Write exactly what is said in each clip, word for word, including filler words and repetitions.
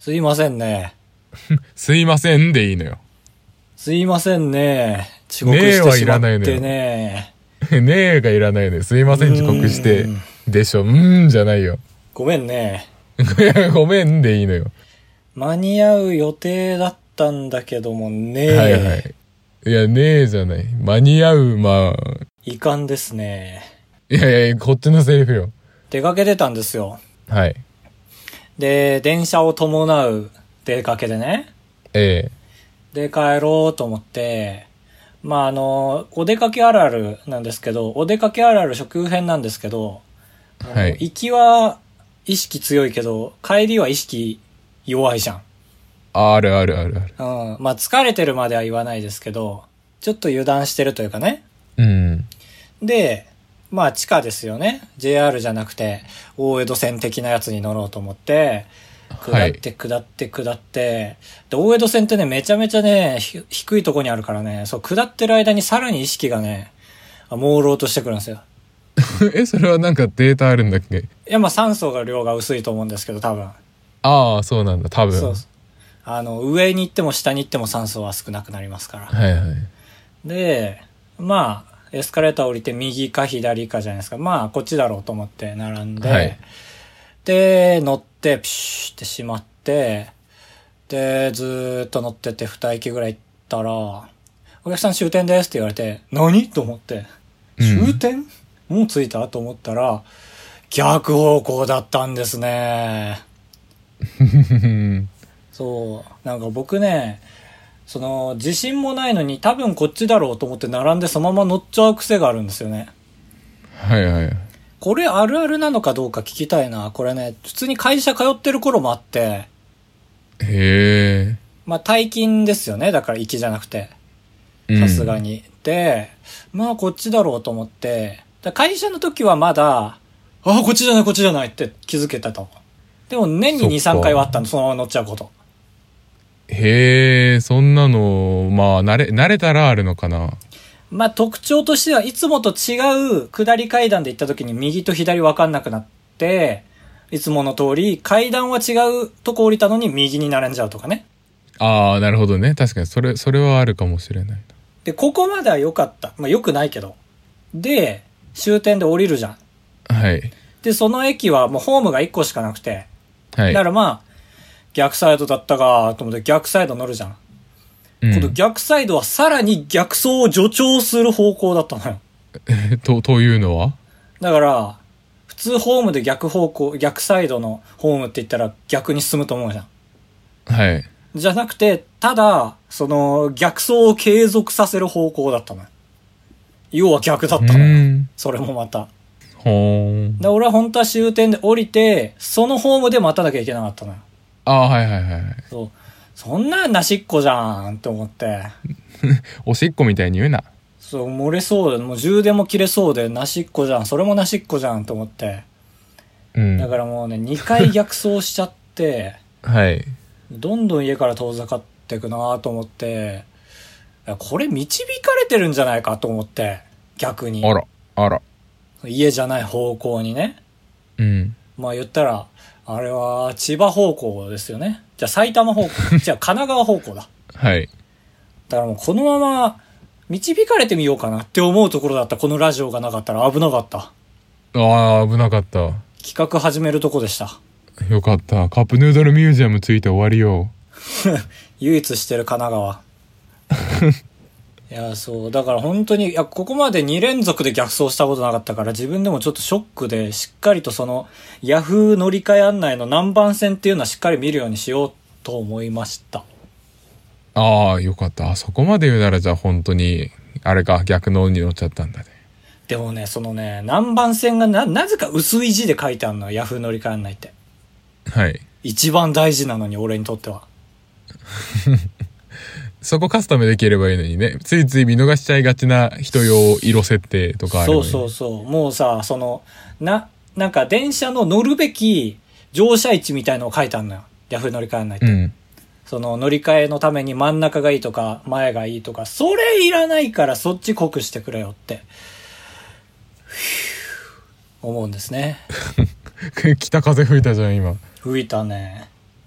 すいませんね。 すいませんでいいのよ。 すいませんね。遅刻してしまってね。 ねえがいらないのよ。すいません遅刻してでしょ。うーんじゃないよ。 ごめんね。 いやごめんでいいのよ。 間に合う予定だったんだけどもね。 はいはい。いやねえじゃない。間に合うまあ。 遺憾ですね。 いやいやこっちのセリフよ。 出かけてたんですよ。 はい。 で電車を伴う出かけでね。 ええ。で帰ろうと思って。まああのお出かけあるあるなんですけど、お出かけあるある初級編なんですけど、 はい。 行きは意識強いけど帰りは意識弱いじゃん。 あるあるあるある。 うん。まあ疲れてるまでは言わないですけど、ちょっと油断してるというかね。 うん。 で、まあ地下ですよね。ジェイアール じゃなくて大江戸線的なやつに乗ろうと思って、下って下って下って、で大江戸線ってねめちゃめちゃね低いとこにあるからね、そう下ってる間にさらに意識がね朦朧としてくるんですよ。 えそれはなんかデータあるんだっけ？いやまあ酸素が量が薄いと思うんですけど多分。 ああそうなんだ多分。 そうあの上に行っても下に行っても酸素は少なくなりますから。 はいはい。 でまあエスカレーター降りて右か左かじゃないですか。まあこっちだろうと思って並んで、はい、で乗ってピシュってしまって、でずーっと乗っててに駅ぐらい行ったら、お客さん終点ですって言われて、何と思って、終点、うん、もう着いたと思ったら逆方向だったんですね。そうなんか僕ね、その自信もないのに多分こっちだろうと思って並んでそのまま乗っちゃう癖があるんですよね。 はいはい。 これあるあるなのかどうか聞きたいな。これね普通に会社通ってる頃もあって。 へえ。 まあ退勤ですよね。だから行きじゃなくてさすがに、うん、でまあこっちだろうと思って、会社の時はまだああこっちじゃないこっちじゃないって気づけたと。でも年に に,さん 回はあったの、そのまま乗っちゃうこと。 へえ、そんなのまあ慣れ慣れたらあるのかな。 まあ特徴としてはいつもと違う下り階段で行った時に右と左分かんなくなって、いつもの通り階段は違うとこ降りたのに右に並んじゃうとかね。 ああなるほどね。確かにそれそれはあるかもしれない。 でここまでは良かった。まあ良くないけど。で終点で降りるじゃん。 はい。 でその駅はもうホームがいっこしかなくて、 はい。 だからまあ逆サイドだったかと思って逆サイド乗るじゃん。うん、この逆サイドはさらに逆走を助長する方向だったのよ。 えとというのは？ だから普通ホームで逆方向逆サイドのホームって言ったら逆に進むと思うじゃん。 はい。 じゃなくてただその逆走を継続させる方向だったのよ。要は逆だったのよ。それもまた。 ほーん。 で俺は本当は終点で降りてそのホームで待たなきゃいけなかったのよ。 ああはいはいはい。 そうそんななしっこじゃんって思っておしっこみたいに言うな。 そう漏れそうでもう充電も切れそうでなしっこじゃん、それもなしっこじゃんと思って、うん、だからもうねにかい逆走しちゃってはいどんどん家から遠ざかっていくなと思って、これ導かれてるんじゃないかと思って、逆にあらあら家じゃない方向にね。 うんまあ言ったらあれは千葉方向ですよね。じゃあ埼玉方向じゃあ神奈川方向だ。 はいだからもうこのまま導かれてみようかなって思うところだった。このラジオがなかったら危なかった。 ああ危なかった。 企画始めるとこでした。 よかった。カップヌードルミュージアムついて終わりよ。 唯一してる神奈川。いやそうだから本当にいやここまでに連続で逆走したことなかったから自分でもちょっとショックで、しっかりとそのヤフー乗り換え案内の何番線っていうのはしっかり見るようにしようと思いました。 ああよかった。そこまで言うならじゃあ本当にあれか逆のに乗っちゃったんだね。 でもねそのね何番線が な, なぜか薄い字で書いてあるのヤフー乗り換え案内って。 はい一番大事なのに俺にとっては。 そこカスタムできればいいのにね。ついつい見逃しちゃいがちな人用色設定とかあるのに。 そうそうそう。もうさそのななんか電車の乗るべき乗車位置みたいのを書いてあるのよヤフー乗り換え案内って、うん、その乗り換えのために真ん中がいいとか前がいいとかそれいらないからそっち濃くしてくれよって思うんですね。 北風吹いたじゃん今。 吹いたね。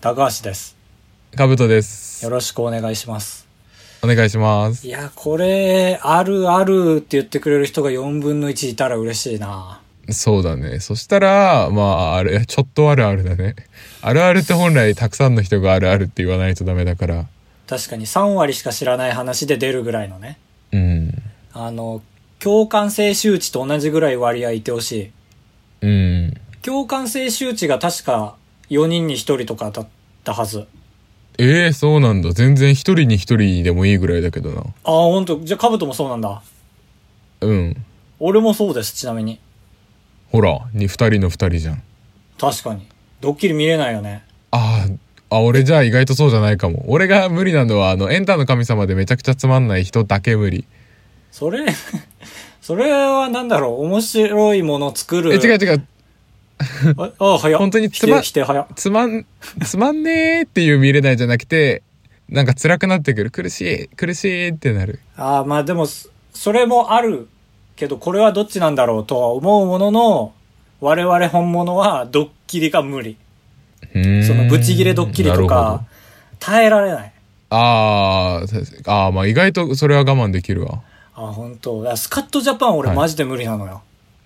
高橋です。 かぶとです。 よろしくお願いします。 お願いします。 いや、これ、あるあるって言ってくれる人がよんぶんのいちいたら嬉しいな。 そうだね。そしたら、まあ、あれ、ちょっとあるあるだね。あるあるって本来たくさんの人があるあるって言わないとダメだから。 確かにさんわりしか知らない話で出るぐらいのね。 うん。 あの、共感性周知と同じぐらい割合いてほしい。 うん。 共感性周知が確かよにんにひとりとかだったはず。 ええー、そうなんだ。全然一人に一人でもいいぐらいだけどな。ああ、 ほんと。じゃあカブトもそうなんだ。 うん。 俺もそうです、ちなみに。 ほら、に二人の二人じゃん。 確かに。ドッキリ見れないよね。 ああ、あ、俺じゃあ意外とそうじゃないかも。俺が無理なのは、あの、エンターの神様でめちゃくちゃつまんない人だけ無理。 それ、それはなんだろう、面白いもの作る。 え、違う違う。 ああ、早っ。 本当につま、 否定早っ。 つまん、つまんねーっていう見れないじゃなくて、なんか辛くなってくる。苦しい、苦しいってなる。 ああ、まあでも、それもあるけど、これはどっちなんだろうとは思うものの、我々本物はドッキリが無理。 うーん。 そのブチギレドッキリとか、耐えられない。 あー、あー、まあ意外とそれは我慢できるわ。 あ、本当。スカットジャパン俺マジで無理なのよ。はい、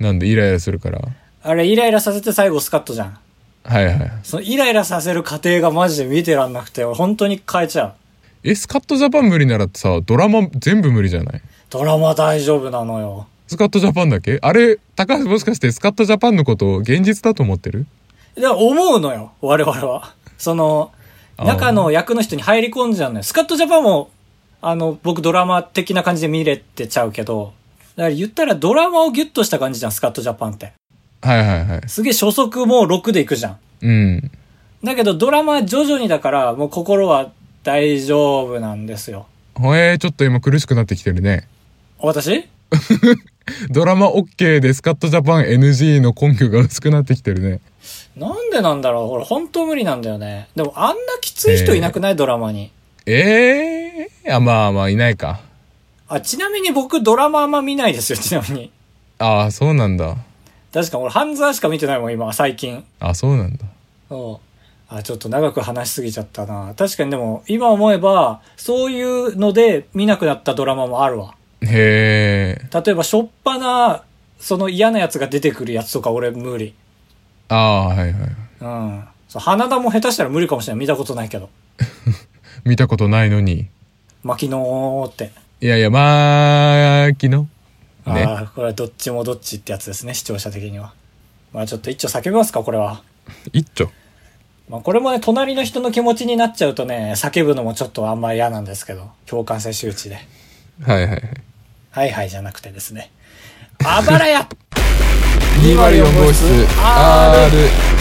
なんでイライラするから。 あれイライラさせて最後スカットじゃん。 はいはい。 そのイライラさせる過程がマジで見てらんなくて、俺本当に変えちゃう。 え、スカットジャパン無理ならさ、ドラマ全部無理じゃない？ ドラマ大丈夫なのよ。 スカットジャパンだけ？あれ、高橋もしかしてスカットジャパンのことを現実だと思ってる？ いや、思うのよ、我々は。その、中の役の人に入り込んじゃうのよ。スカットジャパンも、あの、僕ドラマ的な感じで見れてちゃうけど、だから言ったらドラマをギュッとした感じじゃん、スカットジャパンって。 はいはいはい。 すげえ初速もろくでいくじゃん。 うん。 だけどドラマは徐々にだから、もう心は大丈夫なんですよ。 ほえー、ちょっと今苦しくなってきてるね。 私ドラマ OK でスカットジャパン エヌジー の根拠が薄くなってきてるね。 なんでなんだろう、俺本当無理なんだよね。でもあんなきつい人いなくない、えー、ドラマに。 ええー、あ、まあまあいないか。 あ、ちなみに僕ドラマあんま見ないですよ、ちなみに。 ああ、そうなんだ。 確か俺ハンザーしか見てないもん今、最近。 あ、そうなんだ。 そう。あ、ちょっと長く話しすぎちゃったな。確かにでも今思えばそういうので見なくなったドラマもあるわ。 へえ。 例えばしょっぱなその嫌なやつが出てくるやつとか俺無理。 ああ、はいはい。 うん。そう、花田も下手したら無理かもしれない。見たことないけど。 見たことないのに。 牧野って。 いやいや、まあ、昨日。 ね、ああ、これはどっちもどっちってやつですね、視聴者的には。まあちょっと一丁叫びますか、これは。 一丁。 まあこれもね、隣の人の気持ちになっちゃうとね、叫ぶのもちょっとあんまり嫌なんですけど、共感性周知で。 はいはいはい。 はいはいじゃなくてですね。あばらやにまるよん号室 R。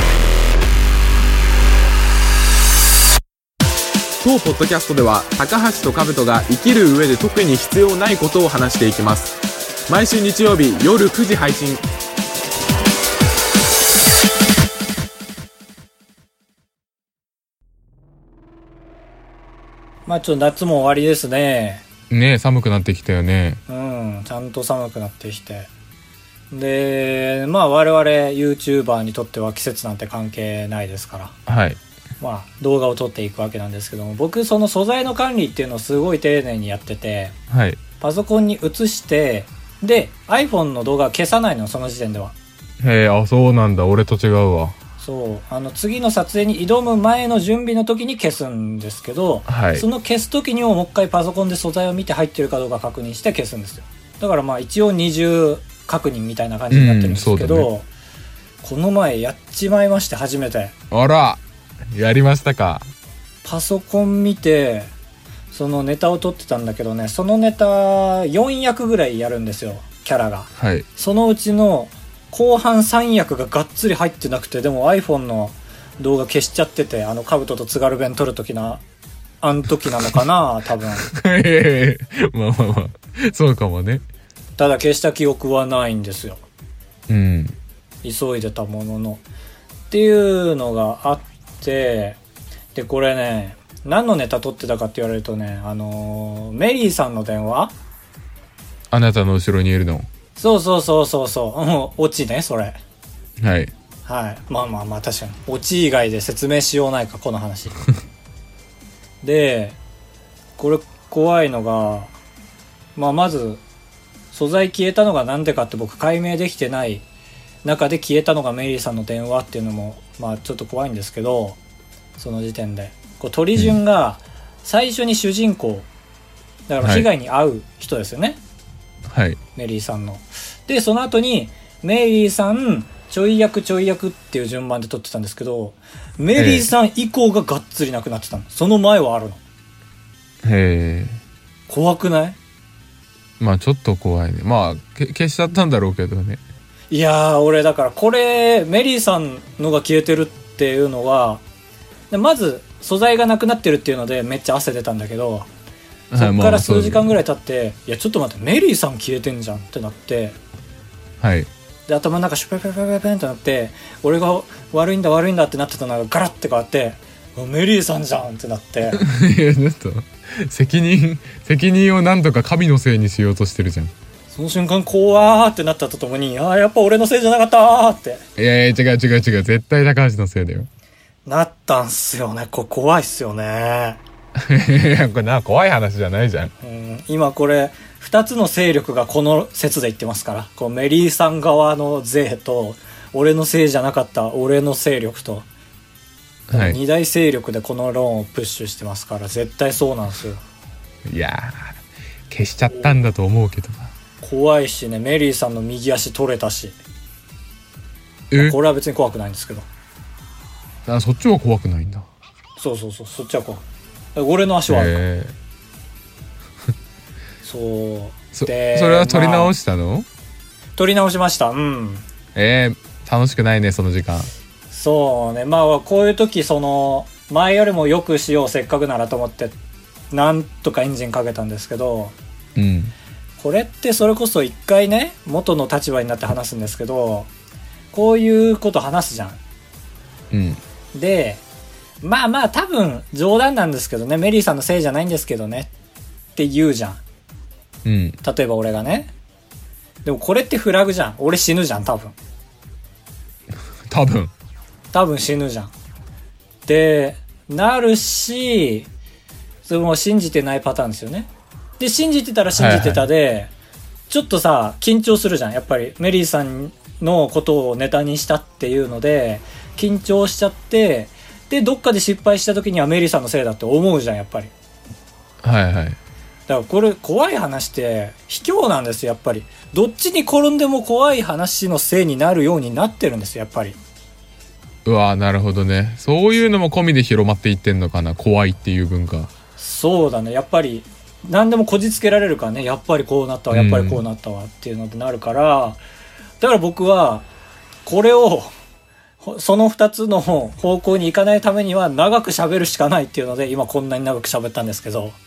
当ポッドキャストでは高橋と兜が生きる上で特に必要ないことを話していきます。毎週日曜日夜くじ配信。 まあちょっと夏も終わりですね。 ねえ、寒くなってきたよね。 うん、ちゃんと寒くなってきて。で、まあ我々 YouTuber にとっては季節なんて関係ないですから。 はい。 まあ動画を撮っていくわけなんですけども、僕その素材の管理っていうのをすごい丁寧にやってて、 はい。 パソコンに移して、で iPhone の動画は消さないの、その時点では。 へえ、あ、そうなんだ。俺と違うわ。 そう、あの次の撮影に挑む前の準備の時に消すんですけど、 はい、 その消す時にももう一回パソコンで素材を見て入ってるかどうか確認して消すんですよ。だからまあ一応二重確認みたいな感じになってるんですけど、うんね、この前やっちまいまして、初めて。 あら、やりましたか。 パソコン見てそのネタを撮ってたんだけどね、そのネタよんやくぐらいやるんですよ、キャラが。 はい。 そのうちの後半さんやくががっつり入ってなくて、でも iPhone の動画消しちゃってて、あのカブトと津軽弁撮る時なあの時なのかな多分。 まあまあまあそうかもね。 ただ消した記憶はないんですよ。 うん。 急いでたもののっていうのがあって、でこれね、何のネタ撮ってたかって言われるとね、あのー、メリーさんの電話、 あなたの後ろにいるの。 そうそうそうそうそう、もうオチね、それ。 はいはい。まあまあまあ確かに。オチ以外で説明しようないか、この話。で、これ怖いのが、まあまず、素材消えたのがなんでかって僕解明できてない中で消えたのがメリーさんの電話っていうのも、まあちょっと怖いんですけど、その時点で。こう鳥順が最初に主人公、だから被害に遭う人ですよね。 はい。 メリーさんの。で、その後に、メリーさん、ちょい役ちょい役っていう順番で撮ってたんですけど、メリーさん以降ががっつりなくなってたの。その前はあるの。 へえ。 怖くない？ まあちょっと怖いね。まあけ消しちゃったんだろうけどね。 いやー、俺だからこれ、メリーさんのが消えてるっていうのは、まず素材がなくなってるっていうのでめっちゃ汗出たんだけど、そっから数時間ぐらい経って、いやちょっと待って、メリーさん消えてんじゃんってなって、 はい。 で頭の中シュペペペペペンってなって、俺が悪いんだ悪いんだってなってたのがガラッて変わって、メリーさんじゃんってなって。 いやちょっと責任責任をなんとか神のせいにしようとしてるじゃん。 その瞬間怖ーってなったとともに、あーやっぱ俺のせいじゃなかったーって。 いやいや違う違う違う、絶対高橋のせいだよ。 なったんすよね。これ怖いっすよね。 いやこれな怖い話じゃないじゃん。 うん、今これふたつの勢力がこの説で言ってますから、こうメリーさん側の勢と俺のせいじゃなかった俺の勢力と、はい、に大勢力でこの論をプッシュしてますから、絶対そうなんですよ。 いやー消しちゃったんだと思うけどな。 怖いしね、メリーさんの右足取れたし、えこれは別に怖くないんですけど。 あ、そっちは怖くないんだ。 そうそうそう、そっちは怖く。俺の足はあるから、えー、そうでそ, それは取り直したの、まあ、 取り直しました。うん。 えー、楽しくないねその時間。 そうね、まあこういう時、その前よりもよくしようせっかくならと思ってなんとかエンジンかけたんですけど、 うん、 これってそれこそ一回ね元の立場になって話すんですけど、こういうこと話すじゃん。 うん、 でまあまあ多分冗談なんですけどね、メリーさんのせいじゃないんですけどねって言うじゃん、 うん、 例えば俺がね。でもこれってフラグじゃん。俺死ぬじゃん多分多分多分死ぬじゃんでなるし、それも信じてないパターンですよね。で信じてたら信じてたで、はいはい、ちょっとさ緊張するじゃんやっぱり。メリーさんのことをネタにしたっていうので緊張しちゃって、でどっかで失敗した時にはメリーさんのせいだって思うじゃんやっぱり。 はいはい。 だからこれ怖い話って卑怯なんですよやっぱり。どっちに転んでも怖い話のせいになるようになってるんですよやっぱり。 うわーなるほどね。そういうのも込みで広まっていってんのかな、怖いっていう文化。 そうだね、やっぱり何でもこじつけられるからね、やっぱりこうなったわやっぱりこうなったわっていうのでなるから、うん、だから僕はこれをそのふたつの方向に行かないためには長く喋るしかないっていうので今こんなに長く喋ったんですけど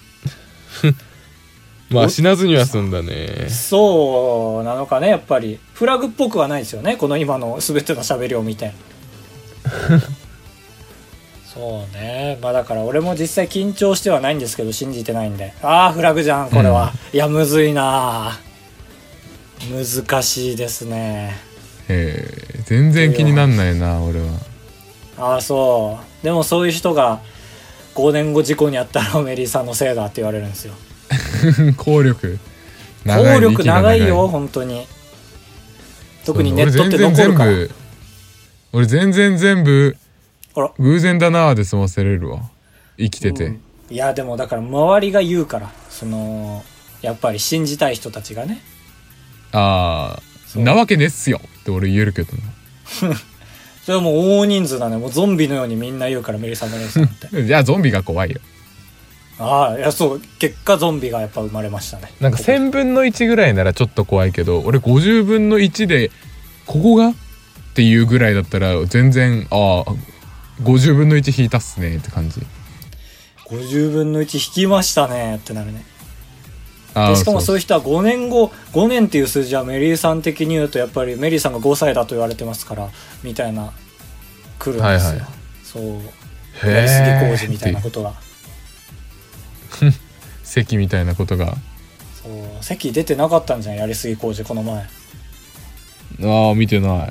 まあ死なずには済んだね。 そうなのかね、やっぱりフラグっぽくはないですよねこの今の全ての喋りを見てそうね、まあだから俺も実際緊張してはないんですけど信じてないんで、ああフラグじゃんこれは、うん、いやむずいな、難しいですね。 へえ、全然気になんないな俺は。 ああそう、でもそういう人がごねんご事故にあったらメリーさんのせいだって言われるんですよ効力長い、効力長いよ本当に。特にネットって残るから。 俺全然全部偶然だなーで済ませれるわ生きてて、うん、 いやでもだから周りが言うから、そのやっぱり信じたい人たちがね、 ああなわけねっすよって俺言えるけどなそれはもう大人数だね、もうゾンビのようにみんな言うからメリーさんメリーさんってじゃあゾンビが怖いよ。 ああいやそう結果ゾンビがやっぱ生まれましたね。 なんかせんぶんのいちぐらいならちょっと怖いけど、俺ごじゅうぶんのいちでここがっていうぐらいだったら全然ああごじゅうぶんのいち引いたっすねって感じ。 ごじゅうぶんのいち引きましたねってなるね。でしかもそういう人はごねんごごねんっていう数字はメリーさん的に言うとやっぱりメリーさんがごさいだと言われてますからみたいな来るんですよ、はいはい、そうやりすぎ工事みたいなことが席みたいなことがそう席出てなかったんじゃんやりすぎ工事この前。 ああ見てない。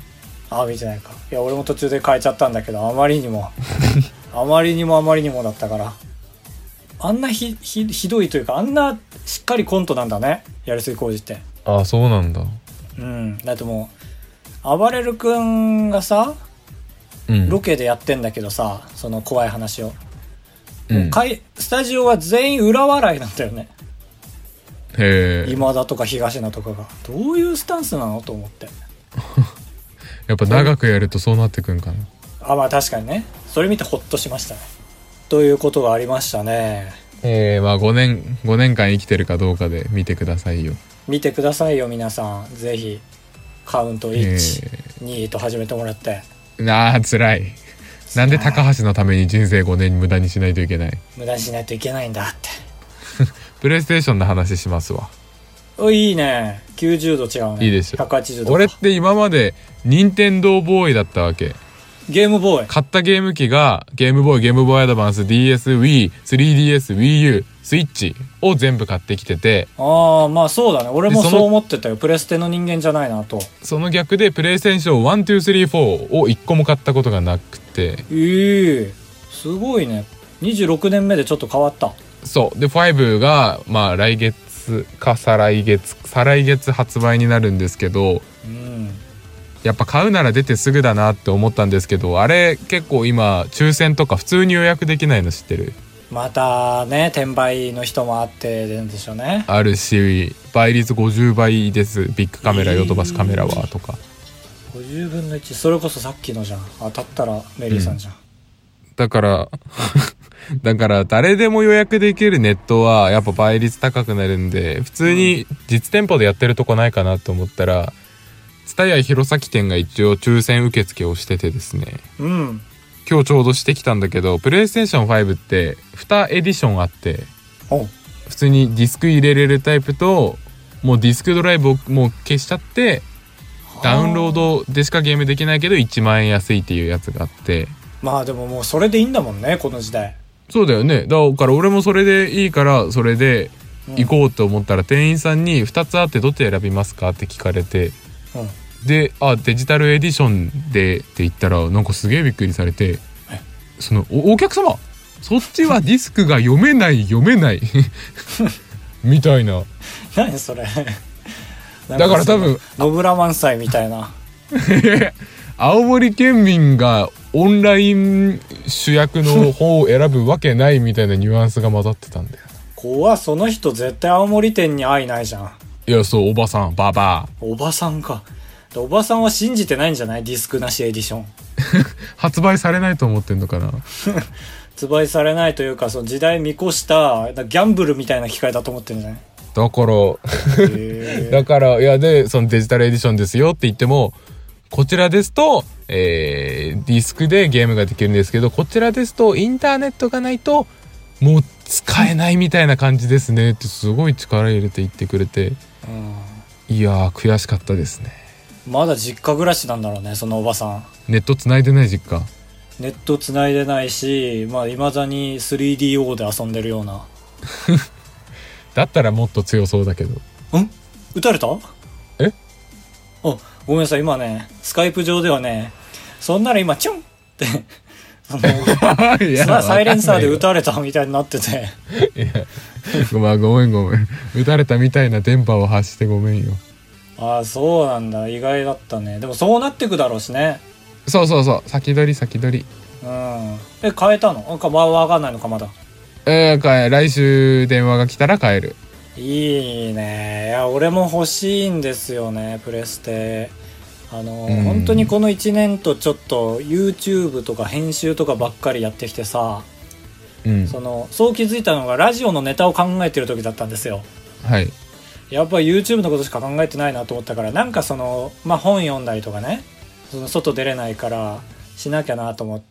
あ、見てないか。いや俺も途中で変えちゃったんだけど、あまりにもあまりにもあまりにもだったから、あんな ひ, ひ, ひどいというか、あんなしっかりコントなんだね、やりすぎ工事って。 ああ、そうなんだ。 うん。だってもうあばれる君がさ、うん、ロケでやってんだけどさ、その怖い話を、うん、もうスタジオは全員裏笑いなんだよね。 へえ。 今田とか東野とかがどういうスタンスなのと思ってやっぱ長くやるとそうなってくんかな。 あ、まあ確かにね。それ見てホッとしましたね。ということがありましたね。 えー、まあごねんごねんかん生きてるかどうかで見てくださいよ。 見てくださいよ皆さん。ぜひカウントいち、にと始めてもらって。 なあ辛い。なんで高橋のために人生ごねん無駄にしないといけない。 無駄にしないといけないんだってプレイステーションの話しますわ。 お、いいね。きゅうじゅうど違うね。 いいですよ。 ひゃくはちじゅうど。 俺って今まで任天堂ボーイだったわけ。 ゲームボーイ。 買ったゲーム機がゲームボーイ、ゲームボーイアドバンス、 ディーエス、Wii、スリーディーエス、Wii U、スイッチを全部買ってきてて。 ああ、まあそうだね。俺もそう思ってたよ。プレステの人間じゃないなと。 その逆でプレイステーションワン、ツー、スリー、フォーをいっこも買ったことがなくて。 ええー、すごいね。にじゅうろくねんめでちょっと変わった。 そうでファイブがまあ来月か再来月再来月発売になるんですけど、うん、やっぱ買うなら出てすぐだなって思ったんですけど、あれ結構今抽選とか普通に予約できないの知ってる？ またね、転売の人もあってるんでしょうね。 あるし、倍率ごじゅうばいです。ビッグカメラ、ヨドバシカメラはとか。 ごじゅうぶんのいち、それこそさっきのじゃん。当たったらメリーさんじゃん。うん、 だからだから誰でも予約できるネットはやっぱ倍率高くなるんで、普通に実店舗でやってるとこないかなと思ったら、蔦屋弘前店が一応抽選受付をしててですね、うん、今日ちょうどしてきたんだけど、プレイステーションファイブってにエディションあって、普通にディスク入れれるタイプと、もうディスクドライブをもう消しちゃってダウンロードでしかゲームできないけどいちまんえん安いっていうやつがあって。 まあでももうそれでいいんだもんね、この時代。 そうだよね。だから俺もそれでいいからそれで行こうと思ったら、店員さんにふたつあってどっち選びますかって聞かれて、うん、で、あ、デジタルエディションでって言ったらなんかすげえびっくりされて、その お, お客様そっちはディスクが読めない読めないみたいな。 何それだから多分野村萬斎みたいな青森県民がオンライン主役の方を選ぶわけないみたいなニュアンスが混ざってたんだよ。 怖っ、その人絶対青森店に愛ないじゃん。 いや、そう、おばさん、ババア。 おばさんか。おばさんは信じてないんじゃない？ディスクなしエディション発売されないと思ってんのかな発売されないというか、その時代見越したギャンブルみたいな機械だと思ってるんじゃない？ だからだからいや、でそのデジタルエディションですよって言っても、こちらですと、えー、ディスクでゲームができるんですけど、こちらですとインターネットがないともう使えないみたいな感じですねってすごい力入れて言ってくれて、うん、いやー悔しかったですね。 まだ実家暮らしなんだろうね、そのおばさん。 ネット繋いでない実家。 ネット繋いでないし、まあ未だに スリーディーオー で遊んでるようなだったらもっと強そうだけど。 ん？撃たれた？ え？ あ、ごめんなさい、今ねスカイプ上ではね、そんなら今チュンってそのいやサイレンサーで撃たれたみたいになってていやごめんごめんごめん、撃たれたみたいな電波を発してごめんよ。 ああ、そうなんだ、意外だったね。でもそうなってくだろうしね。 そうそうそう、先取り先取り。 うん。え、変えたの？なんかまあわかんないのかまだ。 えー、変え来週電話が来たら変える。 いいね。いや俺も欲しいんですよね、プレステ。あの、うん、本当にこのいちねんとちょっと YouTube とか編集とかばっかりやってきてさ、うん、そのそう気づいたのがラジオのネタを考えてる時だったんですよ。 はい。 やっぱり YouTube のことしか考えてないなと思ったから、なんかそのまあ本読んだりとかね、その外出れないからしなきゃなと思って、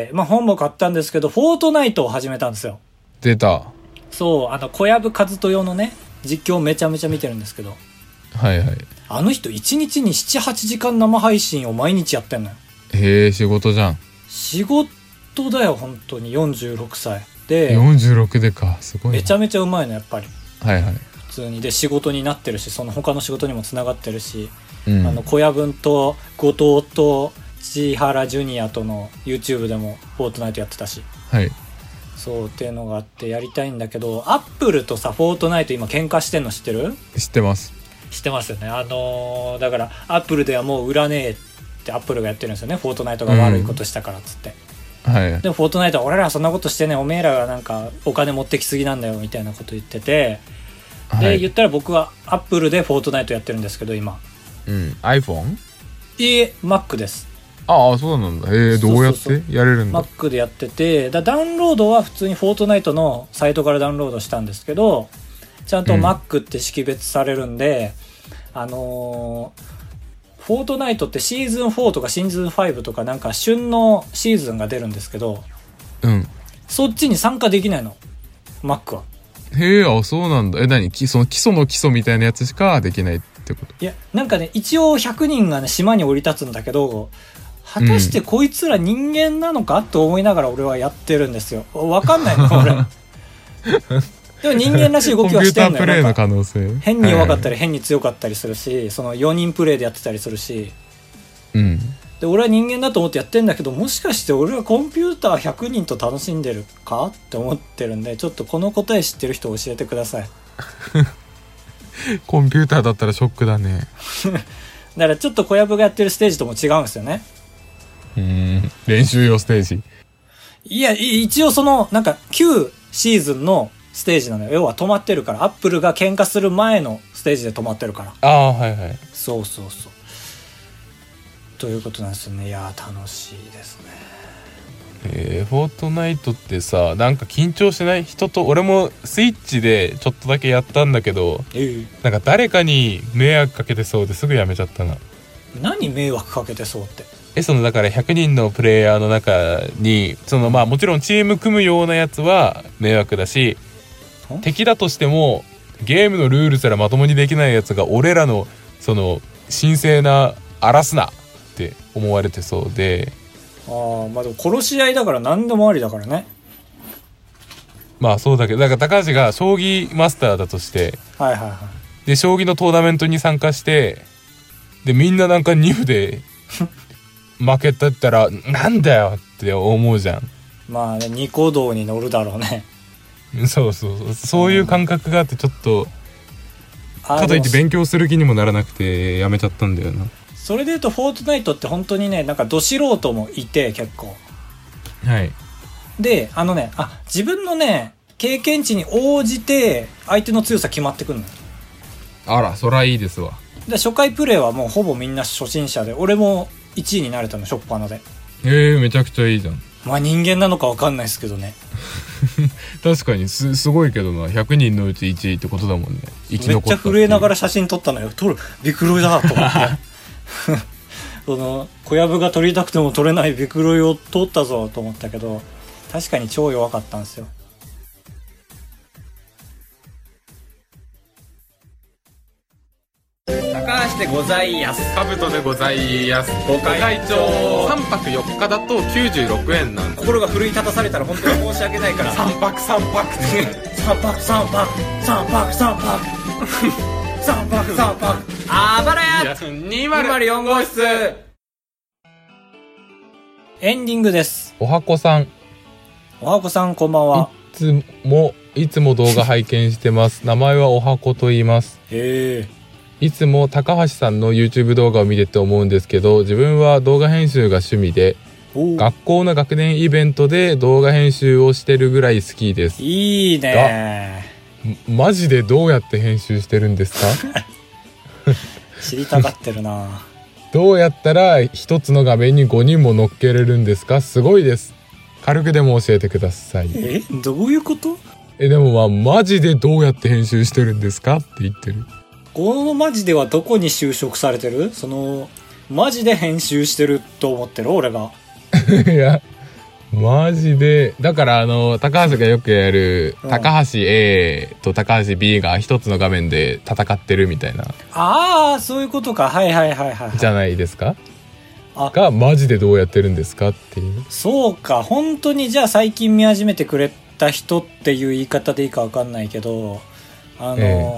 まあ本も買ったんですけど、フォートナイトを始めたんですよ。 出た。 そう、あの小籔和人のね実況めちゃめちゃ見てるんですけど、 はいはい。 あの人いちにちにななはちじかん生配信を毎日やってんのよ。 へえ、仕事じゃん。 仕事だよ本当に。よんじゅうろくさいで。 よんじゅうろくでか、すごいな。 めちゃめちゃうまいのやっぱり。 はいはい。 普通に。で仕事になってるし、その他の仕事にもつながってるし、 うん、 あの小籔分と後藤と千原ジュニアとの YouTube でもフォートナイトやってたし、 はい、 そうっていうのがあってやりたいんだけど、アップルとさフォートナイト今喧嘩してんの知ってる？ 知ってます。 知ってますよね。あのー、だからアップルではもう売らねえってアップルがやってるんですよね。フォートナイトが悪いことしたからっつって、 うん、はい。 でもフォートナイトは俺らはそんなことしてね、おめえらがなんかお金持ってきすぎなんだよみたいなこと言ってて、で、はい、言ったら僕はアップルでフォートナイトやってるんですけど今。 うん、iPhone？ いいえ Mac です。 ああそうなんだ。えー、どうやってやれるんだ。 Mac でやってて、だダウンロードは普通にフォートナイトのサイトからダウンロードしたんですけど、ちゃんと Mac って識別されるんで、うん、あのーフォートナイトってシーズンフォーとかシーズンファイブとかなんか旬のシーズンが出るんですけど、 うん、 そっちに参加できないの Mac は。 へえ、あ、そうなんだ。え、何その基礎の基礎みたいなやつしかできないってこと？ いや、なんかね、一応ひゃくにんがね島に降り立つんだけど、果たしてこいつら人間なのか、うん、と思いながら俺はやってるんですよ。わかんないの俺でも人間らしい動きはしてんのよ。 コンピュータープレイの可能性。 変に弱かったり変に強かったりするし、はい、そのよにんプレイでやってたりするし、 うん、 で俺は人間だと思ってやってんだけど、もしかして俺はコンピューターひゃくにんと楽しんでるかって思ってるんで、ちょっとこの答え知ってる人教えてくださいコンピューターだったらショックだねだからちょっと小籔がやってるステージとも違うんですよね。 うーん、練習用ステージ。 いや、一応そのなんか旧シーズンのステージなのよ。要は止まってるから、アップルが喧嘩する前のステージで止まってるから。 ああ、はいはい。 そうそうそう。ということなんですよね。いや楽しいですね。 えー、フォートナイトってさ、なんか緊張しない？人と、俺もスイッチでちょっとだけやったんだけど、えー、なんか誰かに迷惑かけてそうですぐやめちゃったな。 何迷惑かけてそうって？ え、そのだからひゃくにんのプレイヤーの中に、そのまあもちろんチーム組むようなやつは迷惑だし、敵だとしてもゲームのルールすらまともにできないやつが俺らのその神聖な荒らすなって思われてそうで。 ああ、まあでも殺し合いだから何でもありだからね。 まあそうだけど、だから高橋が将棋マスターだとして、 はいはいはい、 で将棋のトーナメントに参加して、でみんななんかにふで負けたったらなんだよって思うじゃん。 まあね、ニコ動に乗るだろうね。 そうそうそう、そういう感覚があってちょっと、かといって勉強する気にもならなくてやめちゃったんだよな。 それでいうとフォートナイトって本当にね、なんかど素人もいて結構。 はい。 で、あのね、あ、自分のね経験値に応じて相手の強さ決まってくるのよ。 あら、そらいいですわ。 で初回プレイはもうほぼみんな初心者で、俺もいちいになれたの、初っ端で。 えー、めちゃくちゃいいじゃん。 まあ人間なのか分かんないですけどね確かに す, すごいけどな、ひゃくにんのうちいちいってことだもんね。生き残った。めっちゃ震えながら写真撮ったのよ。撮るビクロイだと思ってその小籔が撮りたくても撮れないビクロイを撮ったぞと思ったけど、確かに超弱かったんですよ。高橋でございやす、 カブトでございやす、ご会長。さんぱくよっかだときゅうじゅうろくえんなんで、 心が奮い立たされたら本当に申し訳ないからさんぱくさんぱくさんぱくさんぱくさんぱくさんぱくさんぱくさんぱくあばらやにまるよん号室。エンディングです。 おはこさん、 おはこさんこんばんは。 いつもいつも動画拝見してます名前はおはこと言います。 へえ。 いつも高橋さんの YouTube 動画を見てて思うんですけど、自分は動画編集が趣味で、学校の学年イベントで動画編集をしてるぐらい好きです。 いいね。 マジでどうやって編集してるんですか知りたがってるな。 どうやったら一つの画面にごにんも乗っけれるんですか？すごいです。軽くでも教えてください。 え、どういうこと？ え、でもまあマジでどうやって編集してるんですかって言ってる。 このマジではどこに就職されてる？そのマジで編集してると思ってる俺が。 いやマジでだから、あの高橋がよくやる、うん、高橋 A と高橋 B が一つの画面で戦ってるみたいな。 ああ、そういうことか。はいはいはいはい、はい、 じゃないですか。あがマジでどうやってるんですかっていう。 そうか、本当にじゃあ最近見始めてくれた人っていう言い方でいいか分かんないけど、あの、ええ、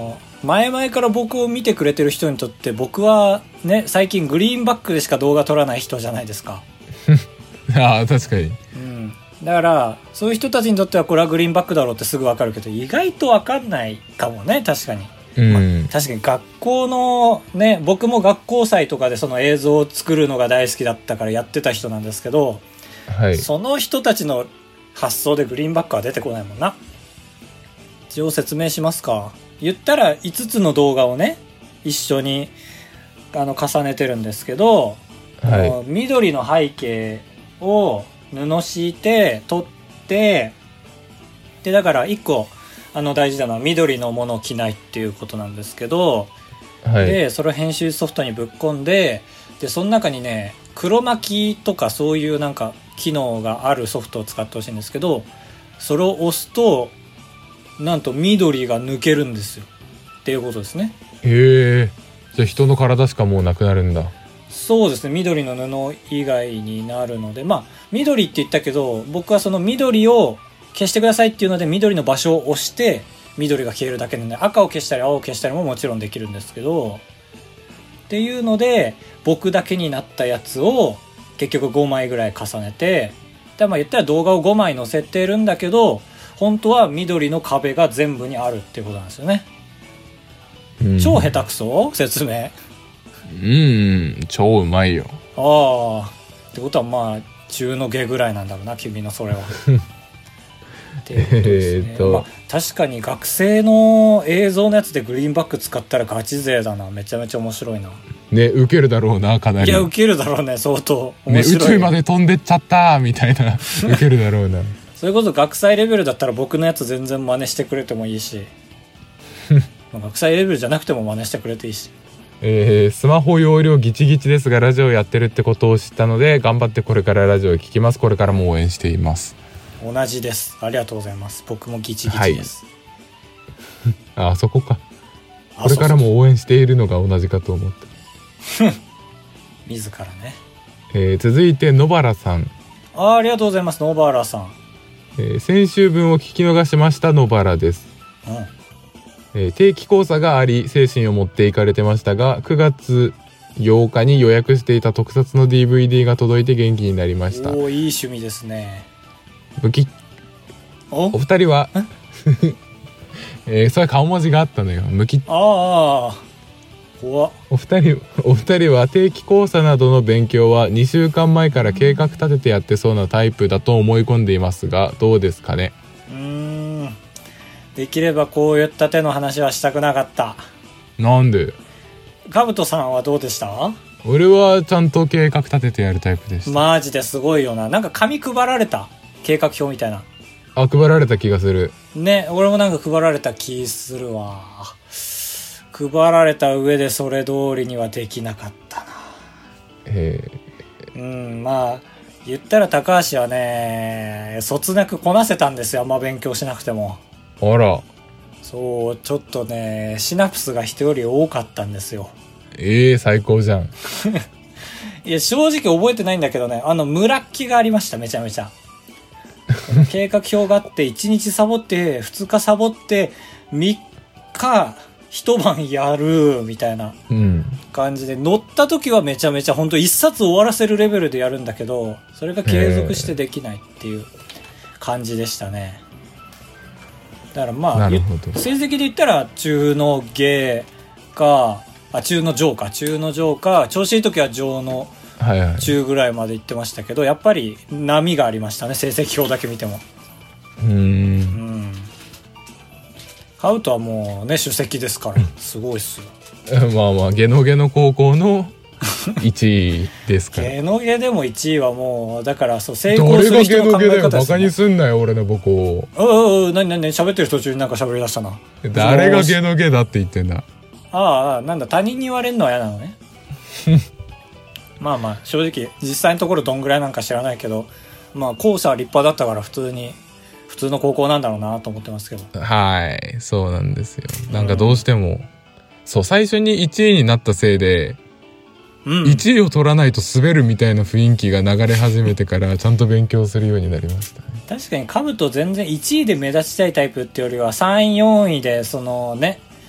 前々から僕を見てくれてる人にとって僕はね最近グリーンバックでしか動画撮らない人じゃないですか。 ああ確かに、 うん、だからそういう人たちにとってはこれはグリーンバックだろうってすぐ分かるけど意外と分かんないかもね。確かに、 うんまあ、確かに学校のね僕も学校祭とかでその映像を作るのが大好きだったからやってた人なんですけど、 はい、 その人たちの発想でグリーンバックは出てこないもんな。一応説明しますか。言ったらいつつの動画をね一緒にあの重ねてるんですけど、 はい、 の緑の背景を布敷いて撮ってでだからいっこあの大事なのは緑のものを着ないっていうことなんですけど、 はい、 でそれを編集ソフトにぶっ込んででその中にね黒巻きとかそういうなんか機能があるソフトを使ってほしいんですけど、それを押すとなんと緑が抜けるんですよっていうことですね。 へえ、じゃあ人の体しかもうなくなるんだ。 そうですね、緑の布以外になるので、まあ緑って言ったけど僕はその緑を消してくださいっていうので緑の場所を押して緑が消えるだけなんで、赤を消したり青を消したりももちろんできるんですけどっていうので僕だけになったやつを結局ごまいぐらい重ねて、でまあ言ったら動画をごまい載せてるんだけど本当は緑の壁が全部にあるっていうことなんですよね。 うん、 超下手くそ説明。 うん超うまいよ。 ああってことはまあ中の下ぐらいなんだろうな君のそれは。っていうことですね。えーとまあ、確かに学生の映像のやつでグリーンバック使ったらガチ勢だな。めちゃめちゃ面白いな。 ねウケるだろうなかなり。 いやウケるだろうね相当面白い、ね、宇宙まで飛んでっちゃったみたいなウケるだろうな。 それこそ学祭レベルだったら僕のやつ全然真似してくれてもいいし学祭レベルじゃなくても真似してくれていいし、 えー、スマホ容量ギチギチですがラジオやってるってことを知ったので頑張ってこれからラジオを聞きます。これからも応援しています。 同じです。ありがとうございます。僕もギチギチです、 はい、あそこか。これからも応援しているのが同じかと思った自らね、 えー、続いて野原さん。 あ, ありがとうございます野原さん。 えー、先週分を聞き逃しました野原です、うんえー、定期考査があり精神を持っていかれてましたがくがつようかに予約していた特撮の ディーブイディー が届いて元気になりました。 おーいい趣味ですね。 武器 お, お二人はえー、それ顔文字があったのよ。むきああ怖っ。 お二人お二人は定期考査などの勉強はにしゅうかんまえから計画立ててやってそうなタイプだと思い込んでいますがどうですかね。 うーんできればこういった手の話はしたくなかった。 なんで。 カブトさんはどうでした？ 俺はちゃんと計画立ててやるタイプでした。 マジですごいよな。なんか紙配られた計画表みたいな。 あ配られた気がするね。俺もなんか配られた気するわ。配られた上でそれ通りにはできなかったな。 へえ。うんまあ言ったら高橋はねそつなくこなせたんですよ。あんま勉強しなくても。 あら。 そうちょっとねシナプスが人より多かったんですよ。 えー、最高じゃん。 いや正直覚えてないんだけどねあのムラッキがありました。めちゃめちゃ計画表があっていちにちサボってふつかサボってみっか一晩やるみたいな感じで、うん、乗った時はめちゃめちゃ本当一冊終わらせるレベルでやるんだけどそれが継続してできないっていう感じでしたね。だからまあ成績で言ったら中の下かあ中の上か中の上か調子いい時は上の中ぐらいまで行ってましたけど、はいはい、やっぱり波がありましたね成績表だけ見ても。 うーんうんカウトはもうね首席ですからすごいっすよ。 まあまあゲノゲの高校のいちいですからゲノゲでもいちいはもうだからそう成功する人の考え方です、ね、誰がゲノゲだよバカにすんなよ俺の母校を。 ううう何何何喋ってる途中になんか喋り出したな。 誰がゲノゲだって言ってんだ。 ああなんだ他人に言われるのは嫌なのね。まあまあ正直実際のところどんぐらいなんか知らないけどまあ校舎は立派だったから普通に普通の高校なんだろうなと思ってますけど。 はいそうなんですよ。なんかどうしても、うん、そう最初にいちいになったせいで、うん、いちいを取らないと滑るみたいな雰囲気が流れ始めてからちゃんと勉強するようになりました、ね、 確かにカブト全然いちいで目立ちたいタイプってよりはさん、よんいでそのね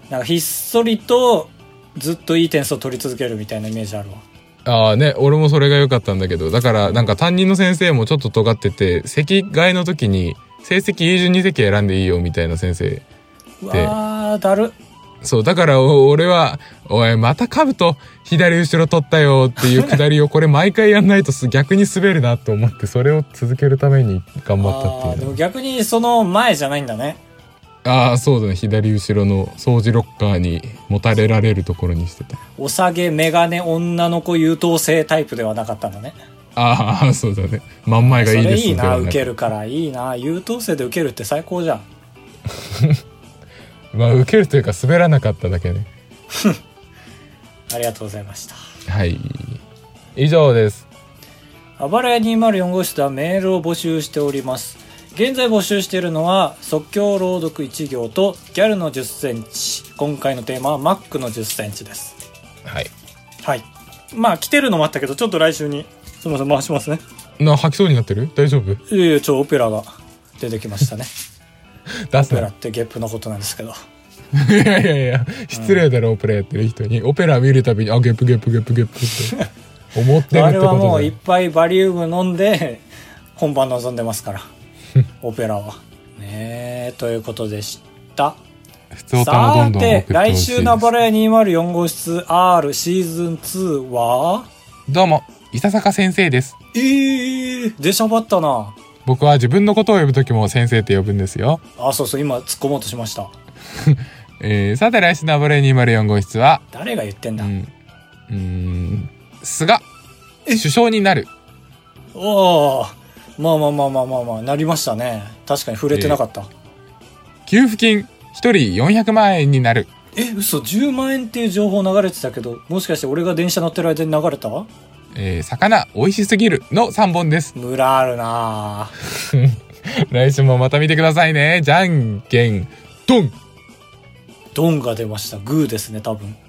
なんかひっそりとずっといい点数を取り続けるみたいなイメージあるわ。 ああね、俺もそれが良かったんだけど、だからなんか担任の先生もちょっと尖ってて、席替えの時に成績いい順に席選んでいいよみたいな先生で。 うわーだる。 そう、だから俺は、おい、またカブト左後ろ取ったよっていうくだりをこれ毎回やんないと逆に滑るなと思って、それを続けるために頑張ったっていう。 あでも逆にその前じゃないんだね。 ああ、そうだね。左後ろの掃除ロッカーにもたれられるところにしてた。 お下げ、メガネ、女の子優等生タイプではなかったんだね。 ああ、そうだね。真ん前がいいです。 それいいな、受けるからいいな。優等生で受けるって最高じゃん。 まあ、受けるというか滑らなかっただけね。 ありがとうございました。 はい。以上です。 あばらやにまるよん号室ではメールを募集しております。現在募集しているのは即興朗読いち行とギャルのじゅっセンチ。今回のテーマはマックのじゅっセンチです。 はい。 はい。まあ来てるのもあったけど、ちょっと来週にすみません回しますね。 な、吐きそうになってる？大丈夫？ いやいや、ちょオペラが出てきましたね。 出すな。 オペラってゲップのことなんですけど。 いやいやいや、失礼だろ、うん、オペラやってる人に。オペラ見るたびに、あ、ゲップゲップゲップゲップって思ってるってことだ。 あれはもういっぱいバリウム飲んで本番臨んでますから。オペラは。ねえ、ということでした。 普通歌もどんどん送ってほしいです。 さて、来週のあばらやにまるよん号室 R シーズンツーはどうも、伊佐坂先生です。 えー、出しゃばったな。 僕は自分のことを呼ぶときも先生って呼ぶんですよ。 あ、そうそう、今突っ込もうとしました。 えー、さて来週のあばらやにまるよん号室は誰が言ってんだ。 うん、うーん菅首相になる。 おー、まあまあまあまあまあまあなりましたね。確かに触れてなかった。えー、 給付金ひとりよんひゃくまんえんになる。 え、嘘、じゅうまんえんっていう情報流れてたけど、もしかして俺が電車乗ってる間に流れた？ えー、魚美味しすぎるのさんぼんです。 ムラあるな。 来週もまた見てくださいね。じゃんけんドン。 ドンが出ました。グーですね、多分。